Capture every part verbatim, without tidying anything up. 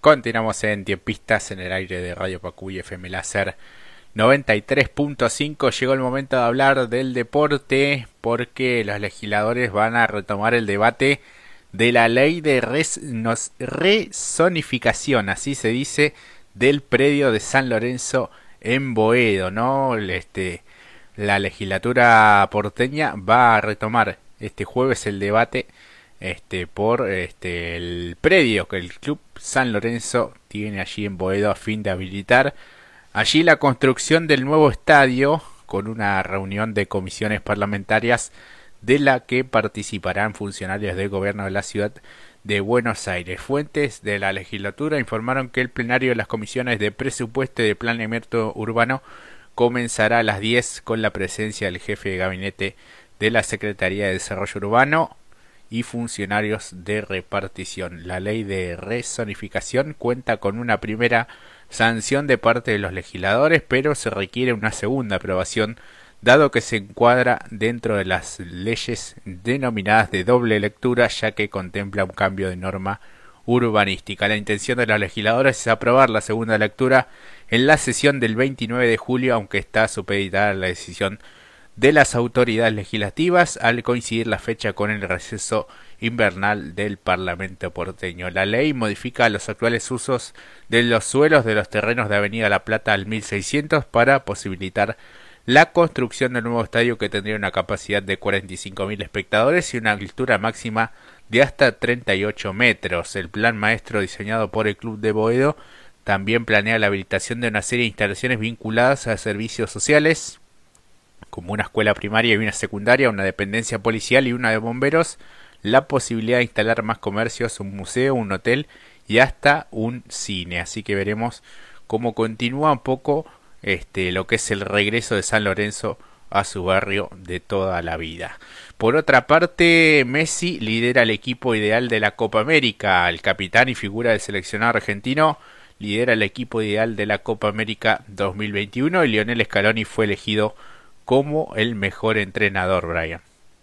Continuamos en Tiempistas en el aire de Radio Pacuy F M Láser noventa y tres punto cinco. Llegó el momento de hablar del deporte porque los legisladores van a retomar el debate de la ley de res, nos, rezonificación, así se dice, del predio de San Lorenzo en Boedo, ¿no? Este, la legislatura porteña va a retomar este jueves el debate este por este el predio que el club San Lorenzo tiene allí en Boedo a fin de habilitar allí la construcción del nuevo estadio, con una reunión de comisiones parlamentarias de la que participarán funcionarios del gobierno de la ciudad de Buenos Aires. Fuentes de la legislatura informaron que el plenario de las comisiones de presupuesto y de planeamiento urbano comenzará a las diez con la presencia del jefe de gabinete de la Secretaría de Desarrollo Urbano y funcionarios de repartición. La ley de rezonificación cuenta con una primera sanción de parte de los legisladores, pero se requiere una segunda aprobación, dado que se encuadra dentro de las leyes denominadas de doble lectura, ya que contempla un cambio de norma urbanística. La intención de los legisladores es aprobar la segunda lectura en la sesión del veintinueve de julio, aunque está supeditada a la decisión de las autoridades legislativas al coincidir la fecha con el receso invernal del Parlamento porteño. La ley modifica los actuales usos de los suelos de los terrenos de Avenida La Plata al mil seiscientos para posibilitar la construcción del nuevo estadio, que tendría una capacidad de cuarenta y cinco mil espectadores y una altura máxima de hasta treinta y ocho metros. El plan maestro diseñado por el Club de Boedo también planea la habilitación de una serie de instalaciones vinculadas a servicios sociales, como una escuela primaria y una secundaria, una dependencia policial y una de bomberos, la posibilidad de instalar más comercios, un museo, un hotel y hasta un cine. Así que veremos cómo continúa un poco este, lo que es el regreso de San Lorenzo a su barrio de toda la vida. Por otra parte, Messi lidera el equipo ideal de la Copa América. El capitán y figura del seleccionado argentino lidera el equipo ideal de la Copa América dos mil veintiuno y Lionel Scaloni fue elegido como el mejor entrenador, Brian.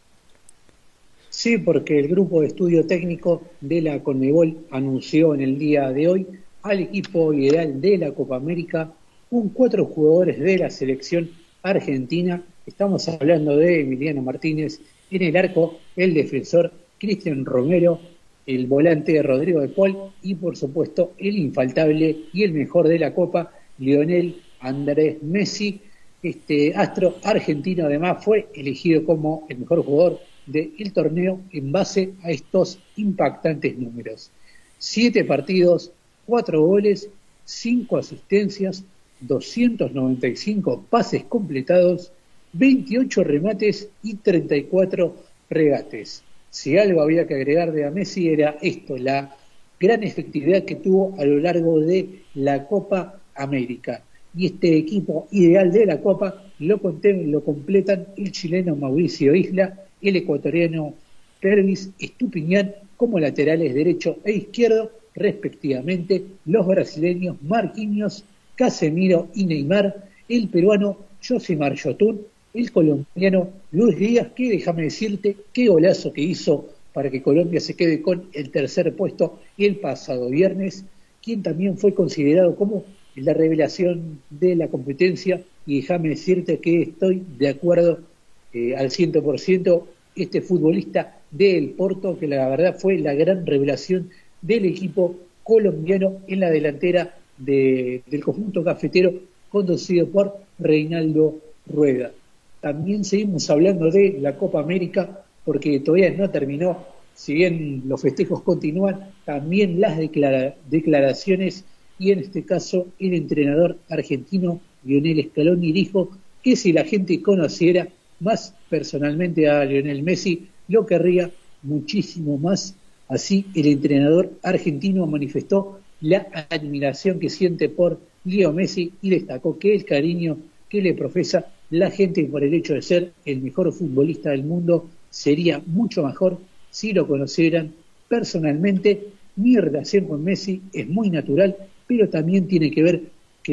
Sí, porque el grupo de estudio técnico de la Conmebol anunció en el día de hoy al equipo ideal de la Copa América con cuatro jugadores de la selección argentina. Estamos hablando de Emiliano Martínez en el arco, el defensor Cristian Romero, el volante Rodrigo de Paul y por supuesto el infaltable y el mejor de la Copa, Lionel Andrés Messi. Este astro argentino además fue elegido como el mejor jugador del torneo en base a estos impactantes números: siete partidos, cuatro goles, cinco asistencias, doscientos noventa y cinco pases completados, veintiocho remates y treinta y cuatro regates. Si algo había que agregar de a Messi era esto, la gran efectividad que tuvo a lo largo de la Copa América. Y este equipo ideal de la Copa lo, lo completan el chileno Mauricio Isla, el ecuatoriano Pervis Estupiñán como laterales derecho e izquierdo, respectivamente, los brasileños Marquinhos, Casemiro y Neymar, el peruano Josimar Yotún, el colombiano Luis Díaz, que déjame decirte qué golazo que hizo para que Colombia se quede con el tercer puesto el pasado viernes, quien también fue considerado como la revelación de la competencia, y déjame decirte que estoy de acuerdo eh, al cien por ciento, este futbolista del Porto, que la verdad fue la gran revelación del equipo colombiano en la delantera de, del conjunto cafetero conducido por Reinaldo Rueda. También seguimos hablando de la Copa América porque todavía no terminó, si bien los festejos continúan, también las declara- declaraciones. Y en este caso el entrenador argentino Lionel Scaloni dijo que si la gente conociera más personalmente a Lionel Messi, lo querría muchísimo más. Así el entrenador argentino manifestó la admiración que siente por Leo Messi y destacó que el cariño que le profesa la gente por el hecho de ser el mejor futbolista del mundo sería mucho mejor si lo conocieran personalmente. Mi relación con Messi es muy natural, pero también tiene que ver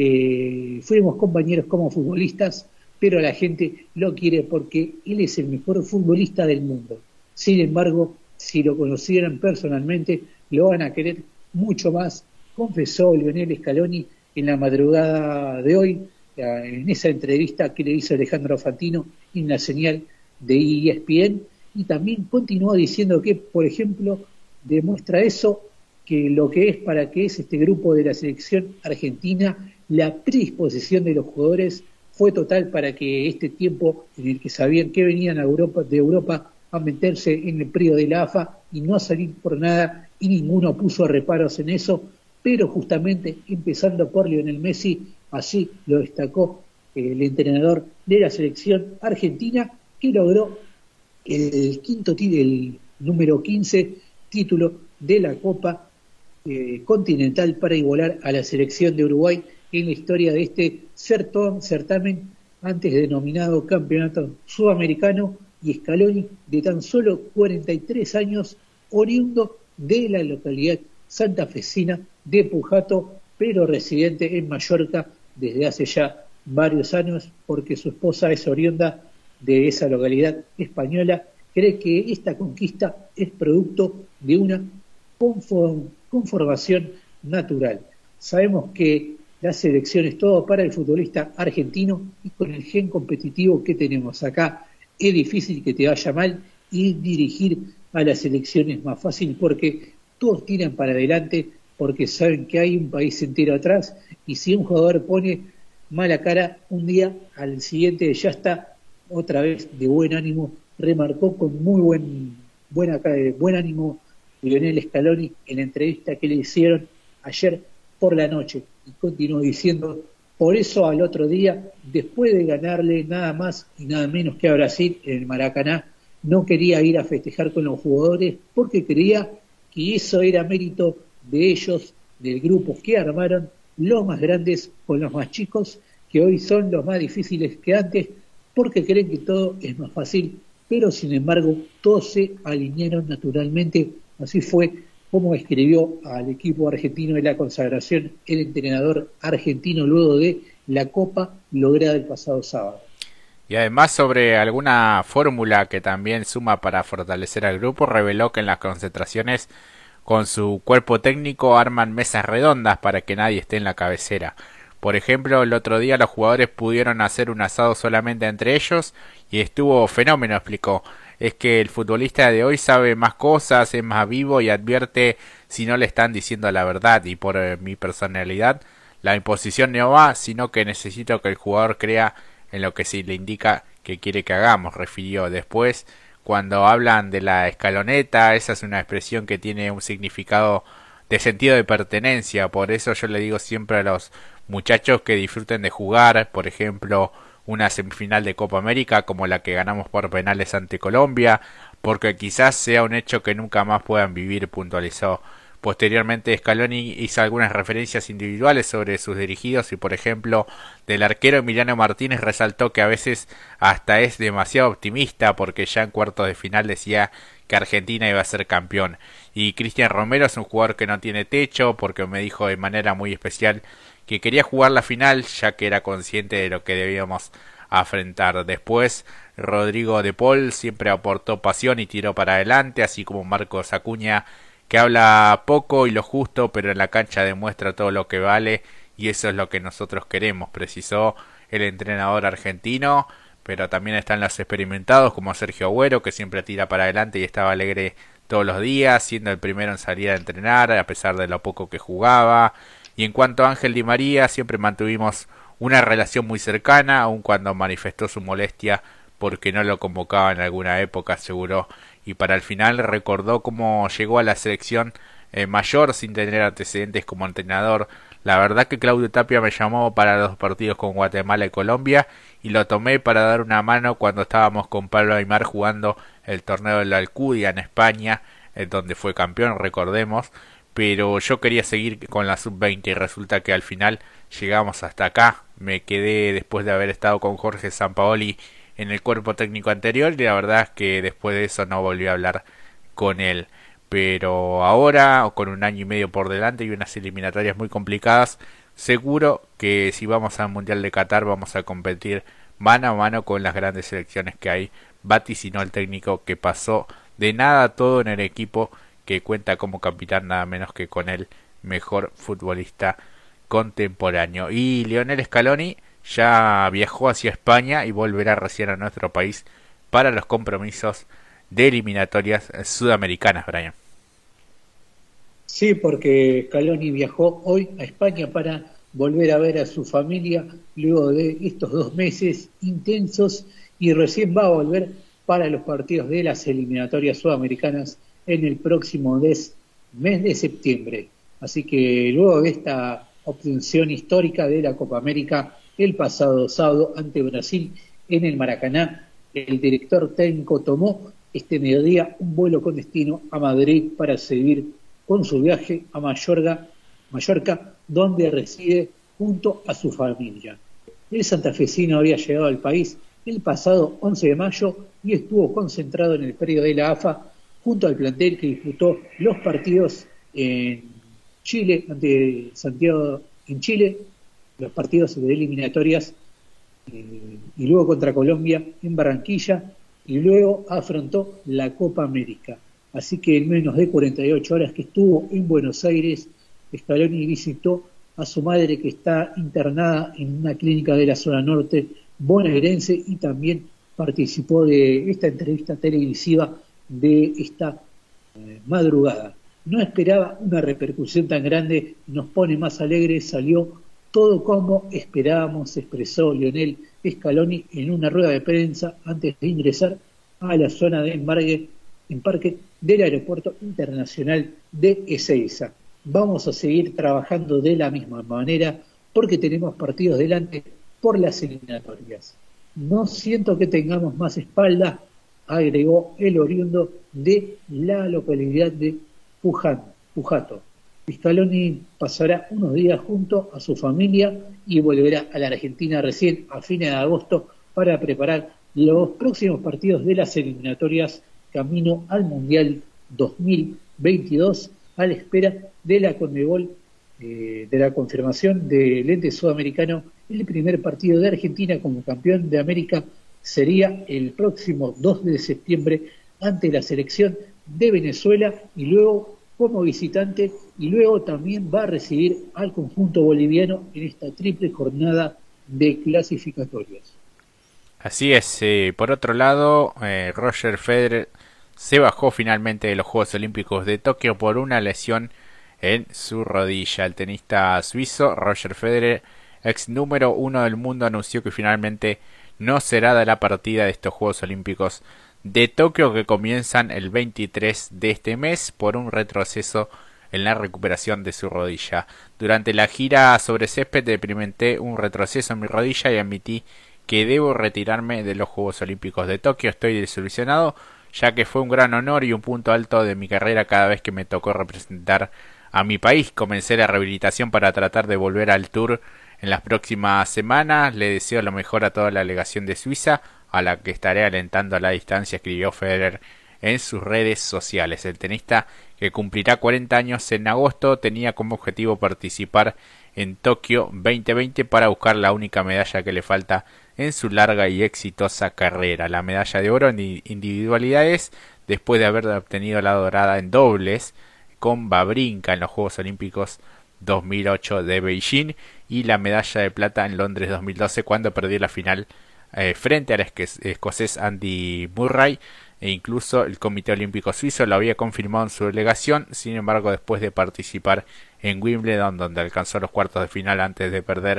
que fuimos compañeros como futbolistas, pero la gente lo quiere porque él es el mejor futbolista del mundo. Sin embargo, si lo conocieran personalmente, lo van a querer mucho más confesó Lionel Scaloni en la madrugada de hoy, en esa entrevista que le hizo Alejandro Fantino en la señal de E S P N, y también continuó diciendo que, por ejemplo, demuestra eso, que lo que es para que es este grupo de la selección argentina, la predisposición de los jugadores fue total para que este tiempo en el que sabían que venían a Europa, de Europa a meterse en el periodo de la A F A y no a salir por nada, y ninguno puso reparos en eso, pero justamente empezando por Lionel Messi, así lo destacó el entrenador de la selección argentina, que logró el quinto el número quince título de la Copa eh, Continental para igualar a la selección de Uruguay en la historia de este certamen, certamen antes denominado Campeonato Sudamericano, y Scaloni, de tan solo cuarenta y tres años, oriundo de la localidad santafesina de Pujato, pero residente en Mallorca desde hace ya varios años, porque su esposa es oriunda de esa localidad española. Cree que esta conquista es producto de una conform, conformación natural. Sabemos que la selección es todo para el futbolista argentino, y con el gen competitivo que tenemos acá es difícil que te vaya mal, y dirigir a la selección es más fácil porque todos tiran para adelante, porque saben que hay un país entero atrás, y si un jugador pone mala cara un día, al siguiente ya está otra vez de buen ánimo. Remarcó con muy buen buena, buen ánimo Lionel Scaloni en la entrevista que le hicieron ayer por la noche, y continuó diciendo: por eso al otro día, después de ganarle nada más y nada menos que a Brasil en el Maracaná, no quería ir a festejar con los jugadores, porque creía que eso era mérito de ellos, del grupo que armaron, los más grandes con los más chicos, que hoy son los más difíciles que antes, porque creen que todo es más fácil, pero sin embargo todos se alinearon naturalmente. Así fue como escribió al equipo argentino de la consagración el entrenador argentino luego de la Copa lograda el pasado sábado. Y además, sobre alguna fórmula que también suma para fortalecer al grupo, reveló que en las concentraciones con su cuerpo técnico arman mesas redondas para que nadie esté en la cabecera. Por ejemplo, el otro día los jugadores pudieron hacer un asado solamente entre ellos y estuvo fenómeno, explicó. Es que el futbolista de hoy sabe más cosas, es más vivo y advierte si no le están diciendo la verdad, y por eh, mi personalidad la imposición no va, sino que necesito que el jugador crea en lo que se le indica que quiere que hagamos, refirió. Después, cuando hablan de la escaloneta, esa es una expresión que tiene un significado de sentido de pertenencia, por eso yo le digo siempre a los muchachos que disfruten de jugar, por ejemplo, una semifinal de Copa América como la que ganamos por penales ante Colombia, porque quizás sea un hecho que nunca más puedan vivir, puntualizó. Posteriormente, Scaloni hizo algunas referencias individuales sobre sus dirigidos y, por ejemplo, del arquero Emiliano Martínez resaltó que a veces hasta es demasiado optimista, porque ya en cuartos de final decía que Argentina iba a ser campeón. Y Cristian Romero es un jugador que no tiene techo, porque me dijo de manera muy especial que quería jugar la final, ya que era consciente de lo que debíamos afrontar. Después, Rodrigo de Paul siempre aportó pasión y tiró para adelante, así como Marcos Acuña, que habla poco y lo justo, pero en la cancha demuestra todo lo que vale, y eso es lo que nosotros queremos, precisó el entrenador argentino. Pero también están los experimentados como Sergio Agüero, que siempre tira para adelante y estaba alegre todos los días, siendo el primero en salir a entrenar a pesar de lo poco que jugaba. Y en cuanto a Ángel Di María, siempre mantuvimos una relación muy cercana, aun cuando manifestó su molestia porque no lo convocaba en alguna época, aseguró. Y para el final recordó cómo llegó a la selección eh, mayor sin tener antecedentes como entrenador. La verdad que Claudio Tapia me llamó para los partidos con Guatemala y Colombia, y lo tomé para dar una mano cuando estábamos con Pablo Aimar jugando el torneo de la Alcudia en España, eh, donde fue campeón, recordemos. Pero yo quería seguir con la sub veinte y resulta que al final llegamos hasta acá. Me quedé después de haber estado con Jorge Sampaoli en el cuerpo técnico anterior, y la verdad es que después de eso no volví a hablar con él. Pero ahora, con un año y medio por delante y unas eliminatorias muy complicadas, seguro que si vamos al Mundial de Qatar vamos a competir mano a mano con las grandes selecciones que hay. Vaticinó el técnico, que pasó de nada a todo en el equipo, que cuenta como capitán nada menos que con el mejor futbolista contemporáneo. Y Lionel Scaloni ya viajó hacia España y volverá recién a nuestro país para los compromisos de eliminatorias sudamericanas, Brian. Sí, porque Scaloni viajó hoy a España para volver a ver a su familia luego de estos dos meses intensos y recién va a volver para los partidos de las eliminatorias sudamericanas en el próximo mes de septiembre. Así que luego de esta obtención histórica de la Copa América el pasado sábado ante Brasil en el Maracaná, el director técnico tomó este mediodía un vuelo con destino a Madrid para seguir con su viaje a Mallorca, Mallorca, donde reside junto a su familia. El santafesino había llegado al país el pasado once de mayo y estuvo concentrado en el predio de la A F A junto al plantel que disputó los partidos en Chile, ante Santiago en Chile, los partidos de eliminatorias eh, y luego contra Colombia en Barranquilla y luego afrontó la Copa América. Así que en menos de cuarenta y ocho horas que estuvo en Buenos Aires, Scaloni visitó a su madre que está internada en una clínica de la zona norte bonaerense y también participó de esta entrevista televisiva de esta eh, madrugada. No esperaba una repercusión tan grande, nos pone más alegres, salió todo como esperábamos, expresó Lionel Scaloni en una rueda de prensa antes de ingresar a la zona de embarque, embarque del Aeropuerto Internacional de Ezeiza. Vamos a seguir trabajando de la misma manera porque tenemos partidos delante por las eliminatorias. No siento que tengamos más espalda, agregó el oriundo de la localidad de Puján, Pujato. Scaloni pasará unos días junto a su familia y volverá a la Argentina recién a fines de agosto para preparar los próximos partidos de las eliminatorias camino al Mundial dos mil veintidós a la espera de la Conmebol, eh, de la confirmación del ente sudamericano. El primer partido de Argentina como campeón de América sería el próximo dos de septiembre ante la selección de Venezuela y luego como visitante y luego también va a recibir al conjunto boliviano en esta triple jornada de clasificatorias. Así es, eh, por otro lado, eh, Roger Federer se bajó finalmente de los Juegos Olímpicos de Tokio por una lesión en su rodilla. El tenista suizo Roger Federer, ex número uno del mundo, anunció que finalmente no será de la partida de estos Juegos Olímpicos de Tokio que comienzan el veintitrés de este mes por un retroceso en la recuperación de su rodilla. Durante la gira sobre césped experimenté un retroceso en mi rodilla y admití que debo retirarme de los Juegos Olímpicos de Tokio. Estoy desilusionado, ya que fue un gran honor y un punto alto de mi carrera cada vez que me tocó representar a mi país. Comencé la rehabilitación para tratar de volver al Tour en las próximas semanas. Le deseo lo mejor a toda la delegación de Suiza, a la que estaré alentando a la distancia, escribió Federer en sus redes sociales. El tenista, que cumplirá cuarenta años en agosto, tenía como objetivo participar en Tokio veinte veinte para buscar la única medalla que le falta en su larga y exitosa carrera, la medalla de oro en individualidades, después de haber obtenido la dorada en dobles con Wawrinka en los Juegos Olímpicos dos mil ocho de Beijing y la medalla de plata en Londres dos mil doce cuando perdió la final eh, frente al escocés Andy Murray. E incluso el Comité Olímpico Suizo lo había confirmado en su delegación. Sin embargo, después de participar en Wimbledon, donde alcanzó los cuartos de final antes de perder,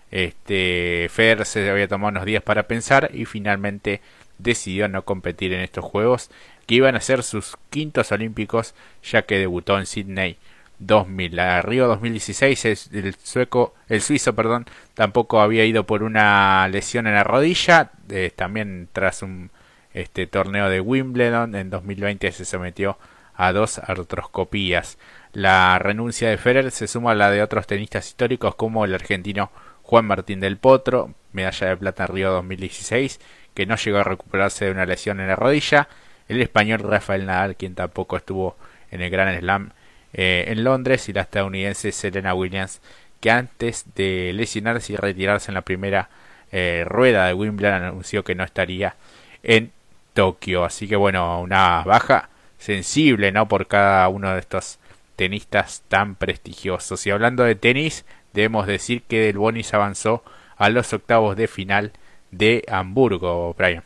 este Federer se había tomado unos días para pensar y finalmente decidió no competir en estos juegos, que iban a ser sus quintos olímpicos, ya que debutó en Sydney dos mil. A Río dos mil dieciséis el sueco, el suizo, perdón, tampoco había ido por una lesión en la rodilla, eh, también tras un este torneo de Wimbledon en dos mil veinte se sometió a dos artroscopías. La renuncia de Federer se suma a la de otros tenistas históricos como el argentino Juan Martín del Potro, medalla de plata en Río dos mil dieciséis, que no llegó a recuperarse de una lesión en la rodilla, el español Rafael Nadal, quien tampoco estuvo en el Grand Slam eh, en Londres, y la estadounidense Serena Williams, que antes de lesionarse y retirarse en la primera eh, rueda de Wimbledon anunció que no estaría en Tokio. Así que bueno, una baja sensible, ¿no?, por cada uno de estos tenistas tan prestigiosos. Y hablando de tenis, debemos decir que Del Bonis avanzó a los octavos de final de Hamburgo, Brian.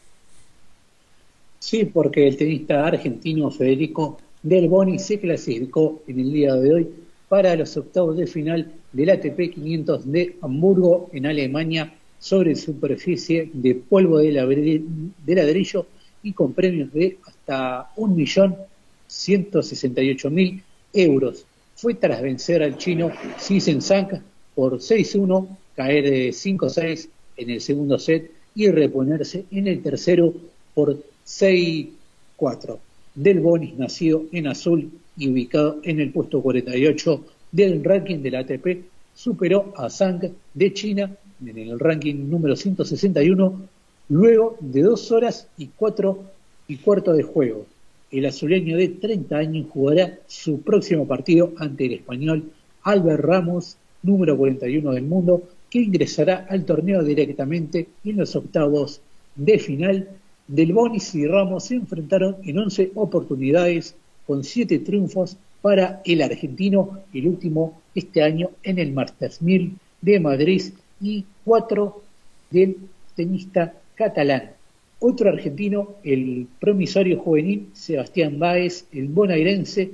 Sí, porque el tenista argentino Federico Del Bonis se clasificó en el día de hoy para los octavos de final del A T P quinientos de Hamburgo en Alemania sobre superficie de polvo de ladrillo y con premios de hasta un millón ciento sesenta y ocho mil euros. Fue tras vencer al chino Sisen Zhang por seis uno, caer de cinco seis en el segundo set y reponerse en el tercero por seis cuatro. Del Bonis, nacido en azul y ubicado en el puesto cuarenta y ocho del ranking del A T P, superó a Zhang de China en el ranking número ciento sesenta y uno luego de dos horas y cuatro y cuarto de juego. El azuleño de treinta años jugará su próximo partido ante el español Albert Ramos, número cuarenta y uno del mundo, que ingresará al torneo directamente en los octavos de final. Del Bonis y Ramos se enfrentaron en once oportunidades con siete triunfos para el argentino, el último este año en el Masters mil de Madrid, y cuatro del tenista catalán. Otro argentino, el promisorio juvenil Sebastián Báez, el bonaerense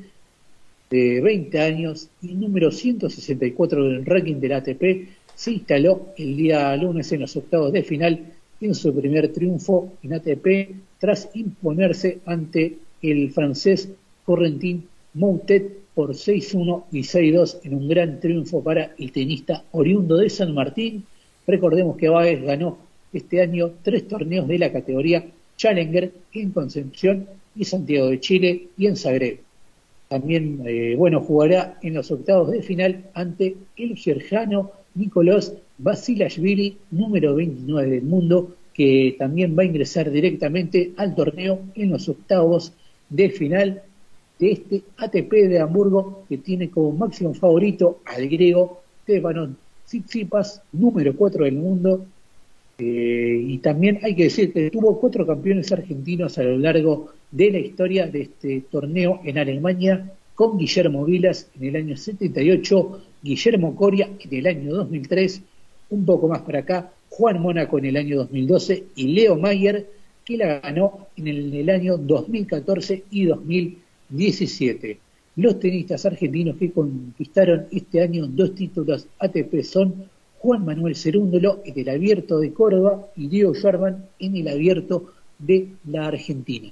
de veinte años y número ciento sesenta y cuatro del ranking del A T P, se instaló el día lunes en los octavos de final en su primer triunfo en A T P tras imponerse ante el francés Corentin Moutet por seis uno y seis dos en un gran triunfo para el tenista oriundo de San Martín. Recordemos que Báez ganó este año tres torneos de la categoría Challenger en Concepción y Santiago de Chile y en Zagreb. También, eh, bueno, jugará en los octavos de final ante el georgiano Nicolás Basilashvili, número veintinueve del mundo, que también va a ingresar directamente al torneo en los octavos de final de este A T P de Hamburgo, que tiene como máximo favorito al griego Stefanos Tsitsipas, número cuatro del mundo. Eh, y también hay que decir que tuvo cuatro campeones argentinos a lo largo de la historia de este torneo en Alemania, con Guillermo Vilas en el año setenta y ocho, Guillermo Coria en el año dos mil tres, un poco más para acá, Juan Mónaco en el año dos mil doce y Leo Mayer, que la ganó en el, en el año dos mil catorce y dos mil diecisiete. Los tenistas argentinos que conquistaron este año dos títulos A T P son Juan Manuel Cerúndolo en el Abierto de Córdoba y Diego Schwartzman en el Abierto de la Argentina.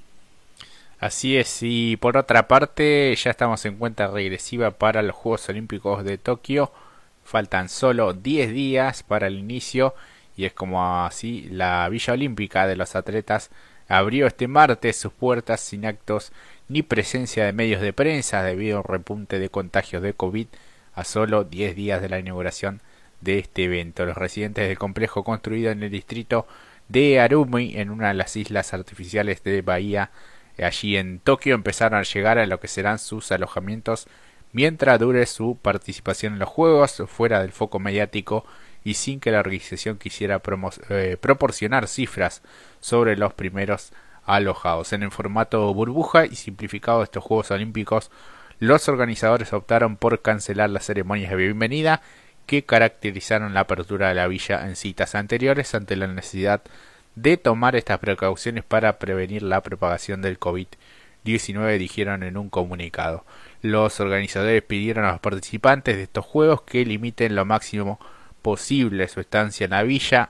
Así es, y por otra parte ya estamos en cuenta regresiva para los Juegos Olímpicos de Tokio. Faltan solo diez días para el inicio y es como así la Villa Olímpica de los Atletas abrió este martes sus puertas sin actos ni presencia de medios de prensa debido a un repunte de contagios de COVID a solo diez días de la inauguración de este evento. Los residentes del complejo construido en el distrito de Arumi, en una de las islas artificiales de Bahía, allí en Tokio, empezaron a llegar a lo que serán sus alojamientos mientras dure su participación en los Juegos, fuera del foco mediático y sin que la organización quisiera eh, proporcionar cifras sobre los primeros alojados. En el formato burbuja y simplificado de estos Juegos Olímpicos, los organizadores optaron por cancelar las ceremonias de bienvenida que caracterizaron la apertura de la villa en citas anteriores ante la necesidad de tomar estas precauciones para prevenir la propagación del COVID diecinueve, dijeron en un comunicado. Los organizadores pidieron a los participantes de estos juegos que limiten lo máximo posible su estancia en la villa,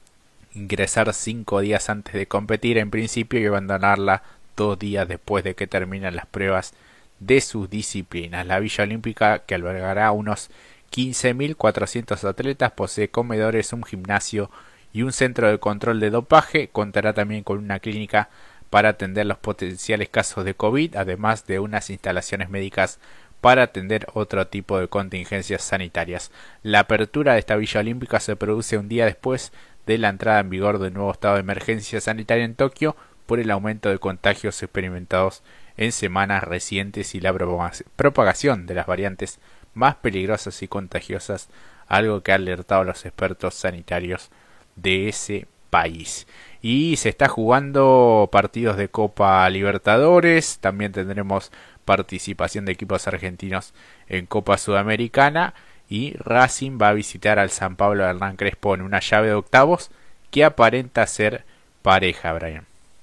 ingresar cinco días antes de competir en principio y abandonarla dos días después de que terminen las pruebas de sus disciplinas. La Villa Olímpica, que albergará unos quince mil cuatrocientos atletas, posee comedores, un gimnasio y un centro de control de dopaje. Contará también con una clínica para atender los potenciales casos de COVID, además de unas instalaciones médicas para atender otro tipo de contingencias sanitarias. La apertura de esta Villa Olímpica se produce un día después de la entrada en vigor del nuevo estado de emergencia sanitaria en Tokio por el aumento de contagios experimentados en semanas recientes y la propagación de las variantes más peligrosas y contagiosas, algo que ha alertado a los expertos sanitarios de ese país. Y se está jugando partidos de Copa Libertadores, también tendremos participación de equipos argentinos en Copa Sudamericana, y Racing va a visitar al San Pablo de Hernán Crespo en una llave de octavos que aparenta ser pareja, Brian.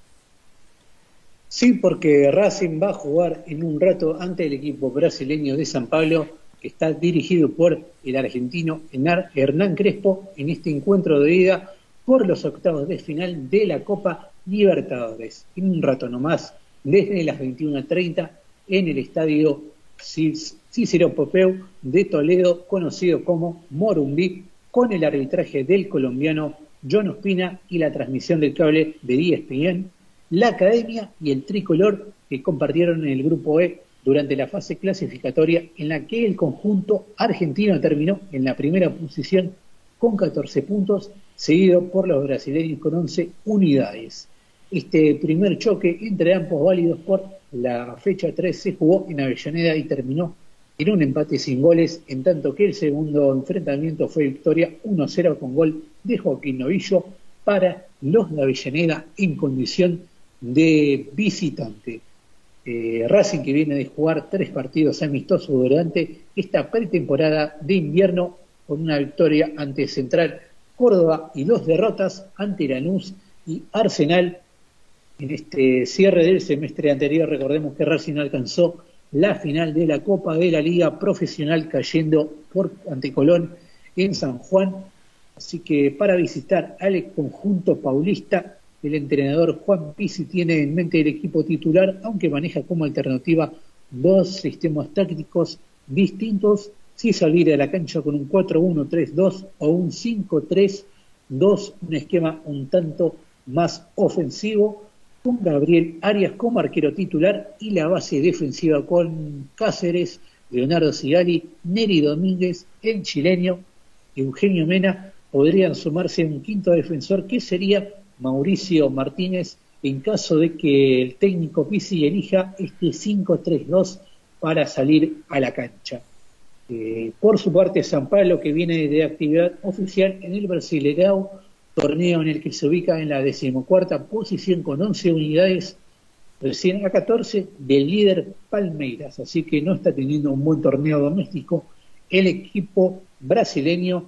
Sí, porque Racing va a jugar en un rato ante el equipo brasileño de San Pablo, que está dirigido por el argentino Hernán Crespo, en este encuentro de ida por los octavos de final de la Copa Libertadores. En un rato nomás, desde las veintiuna treinta, en el estadio Cícero Popeu de Toledo, conocido como Morumbí, con el arbitraje del colombiano John Ospina y la transmisión del cable de E S P N, la Academia y el Tricolor, que compartieron en el Grupo E durante la fase clasificatoria, en la que el conjunto argentino terminó en la primera posición con catorce puntos, seguido por los brasileños con once unidades. Este primer choque entre ambos válidos por la fecha tres se jugó en Avellaneda y terminó en un empate sin goles, en tanto que el segundo enfrentamiento fue victoria uno cero con gol de Joaquín Novillo para los de Avellaneda en condición de visitante. Eh, Racing, que viene de jugar tres partidos amistosos durante esta pretemporada de invierno, con una victoria ante Central Córdoba y dos derrotas ante Lanús y Arsenal. En este cierre del semestre anterior, recordemos que Racing alcanzó la final de la Copa de la Liga Profesional, cayendo por ante Colón en San Juan. Así que para visitar al conjunto paulista, el entrenador Juan Pizzi tiene en mente el equipo titular, aunque maneja como alternativa dos sistemas tácticos distintos: si salir a la cancha con un cuatro uno tres dos o un cinco tres dos, un esquema un tanto más ofensivo, con Gabriel Arias como arquero titular y la base defensiva con Cáceres, Leonardo Sigali, Neri Domínguez, el chileño, Eugenio Mena. Podrían sumarse un quinto defensor, que sería Mauricio Martínez, en caso de que el técnico Pizzi elija este cinco tres dos para salir a la cancha. Eh, por su parte, San Pablo, que viene de actividad oficial en el Brasileirão, torneo en el que se ubica en la decimocuarta posición con once unidades, recién a catorce del líder Palmeiras, así que no está teniendo un buen torneo doméstico el equipo brasileño.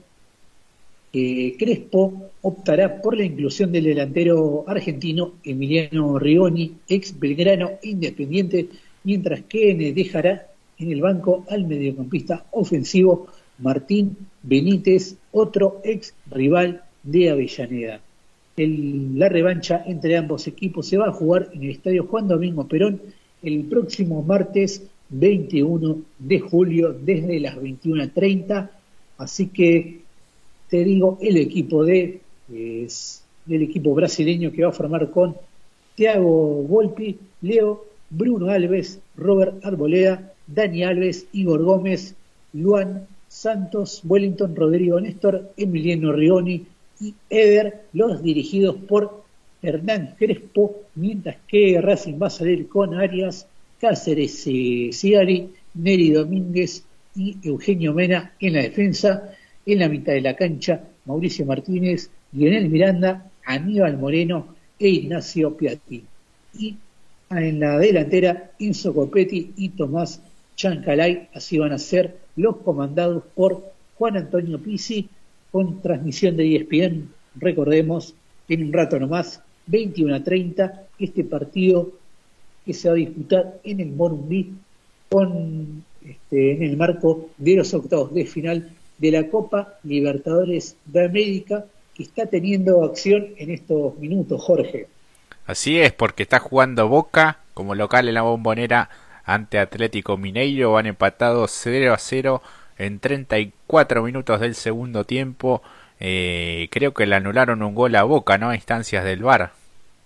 Eh, Crespo optará por la inclusión del delantero argentino Emiliano Rigoni, ex Belgrano Independiente, mientras que dejará en el banco al mediocampista ofensivo Martín Benítez, otro ex rival de Avellaneda. El, la revancha entre ambos equipos se va a jugar en el estadio Juan Domingo Perón el próximo martes veintiuno de julio desde las veintiuna treinta, así que te digo el equipo de es, del equipo brasileño, que va a formar con Thiago Volpi, Leo, Bruno Alves, Robert Arboleda, Dani Alves, Igor Gómez, Luan Santos, Wellington, Rodrigo Néstor, Emiliano Rigoni y Eder, los dirigidos por Hernán Crespo, mientras que Racing va a salir con Arias, Cáceres, eh, Sigali, Neri Domínguez y Eugenio Mena en la defensa. En la mitad de la cancha, Mauricio Martínez, Lionel Miranda, Aníbal Moreno e Ignacio Piatti. Y en la delantera, Enzo Copetti y Tomás Chancalay. Así van a ser los comandados por Juan Antonio Pizzi, con transmisión de E S P N. Recordemos, en un rato nomás, veintiuna treinta, este partido que se va a disputar en el Morumbí, con, este, en el marco de los octavos de final de la Copa Libertadores de América, que está teniendo acción en estos minutos, Jorge. Así es, porque está jugando Boca como local en la Bombonera ante Atlético Mineiro. Van empatados cero a cero en treinta y cuatro minutos del segundo tiempo. Eh, creo que le anularon un gol a Boca, ¿no? A instancias del V A R.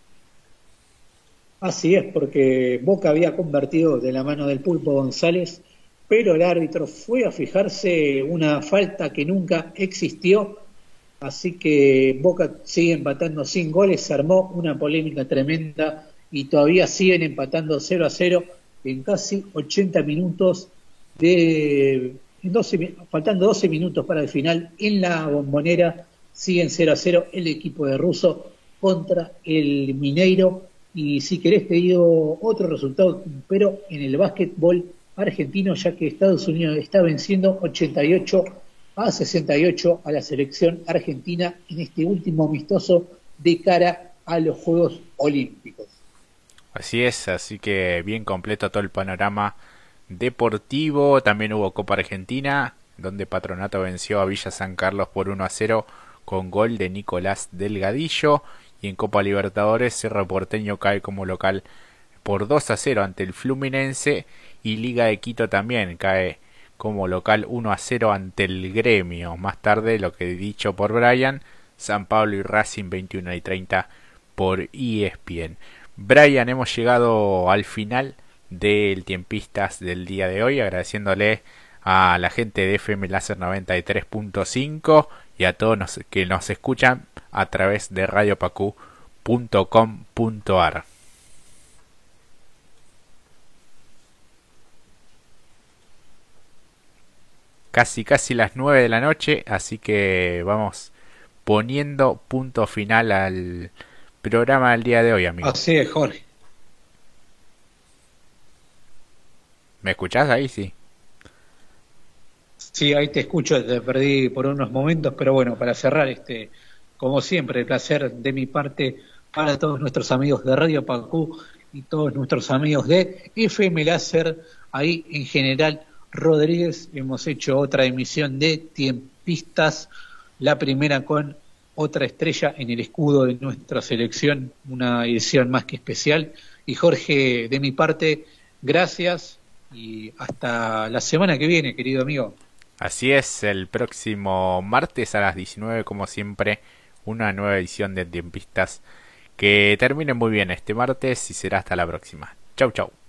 Así es, porque Boca había convertido de la mano del Pulpo González, pero el árbitro fue a fijarse una falta que nunca existió, así que Boca sigue empatando sin goles. Se armó una polémica tremenda y todavía siguen empatando cero a cero en casi ochenta minutos, de doce, faltando doce minutos para el final. En la Bombonera siguen cero a cero el equipo de Russo contra el Mineiro. Y si querés te digo otro resultado, pero en el básquetbol argentino, ya que Estados Unidos está venciendo ochenta y ocho a sesenta y ocho a la selección argentina en este último amistoso de cara a los Juegos Olímpicos. Así es, así que bien completo todo el panorama deportivo. También hubo Copa Argentina, donde Patronato venció a Villa San Carlos por uno a cero con gol de Nicolás Delgadillo. Y en Copa Libertadores, Cerro Porteño cae como local por dos a cero ante el Fluminense. Y Liga de Quito también cae como local uno a cero ante el Gremio. Más tarde, lo que dicho por Brian, San Pablo y Racing veintiuno y treinta por E S P N. Brian, hemos llegado al final del Tiempistas del día de hoy, agradeciéndole a la gente de F M Láser noventa y tres punto cinco y a todos los que nos escuchan a través de radio pacú punto com punto ar. Casi casi las nueve de la noche, así que vamos poniendo punto final al programa del día de hoy, amigo. Así es, Jorge. ¿Me escuchás ahí? Sí. Sí, ahí te escucho, te perdí por unos momentos, pero bueno, para cerrar, este, como siempre, el placer de mi parte para todos nuestros amigos de Radio Pacú y todos nuestros amigos de F M Láser, ahí en General Rodríguez. Hemos hecho otra emisión de Tiempistas, la primera con otra estrella en el escudo de nuestra selección, una edición más que especial. Y Jorge, de mi parte, gracias y hasta la semana que viene, querido amigo. Así es, el próximo martes a las diecinueve, como siempre, una nueva edición de Tiempistas. Que termine muy bien este martes y será hasta la próxima. Chau, chau.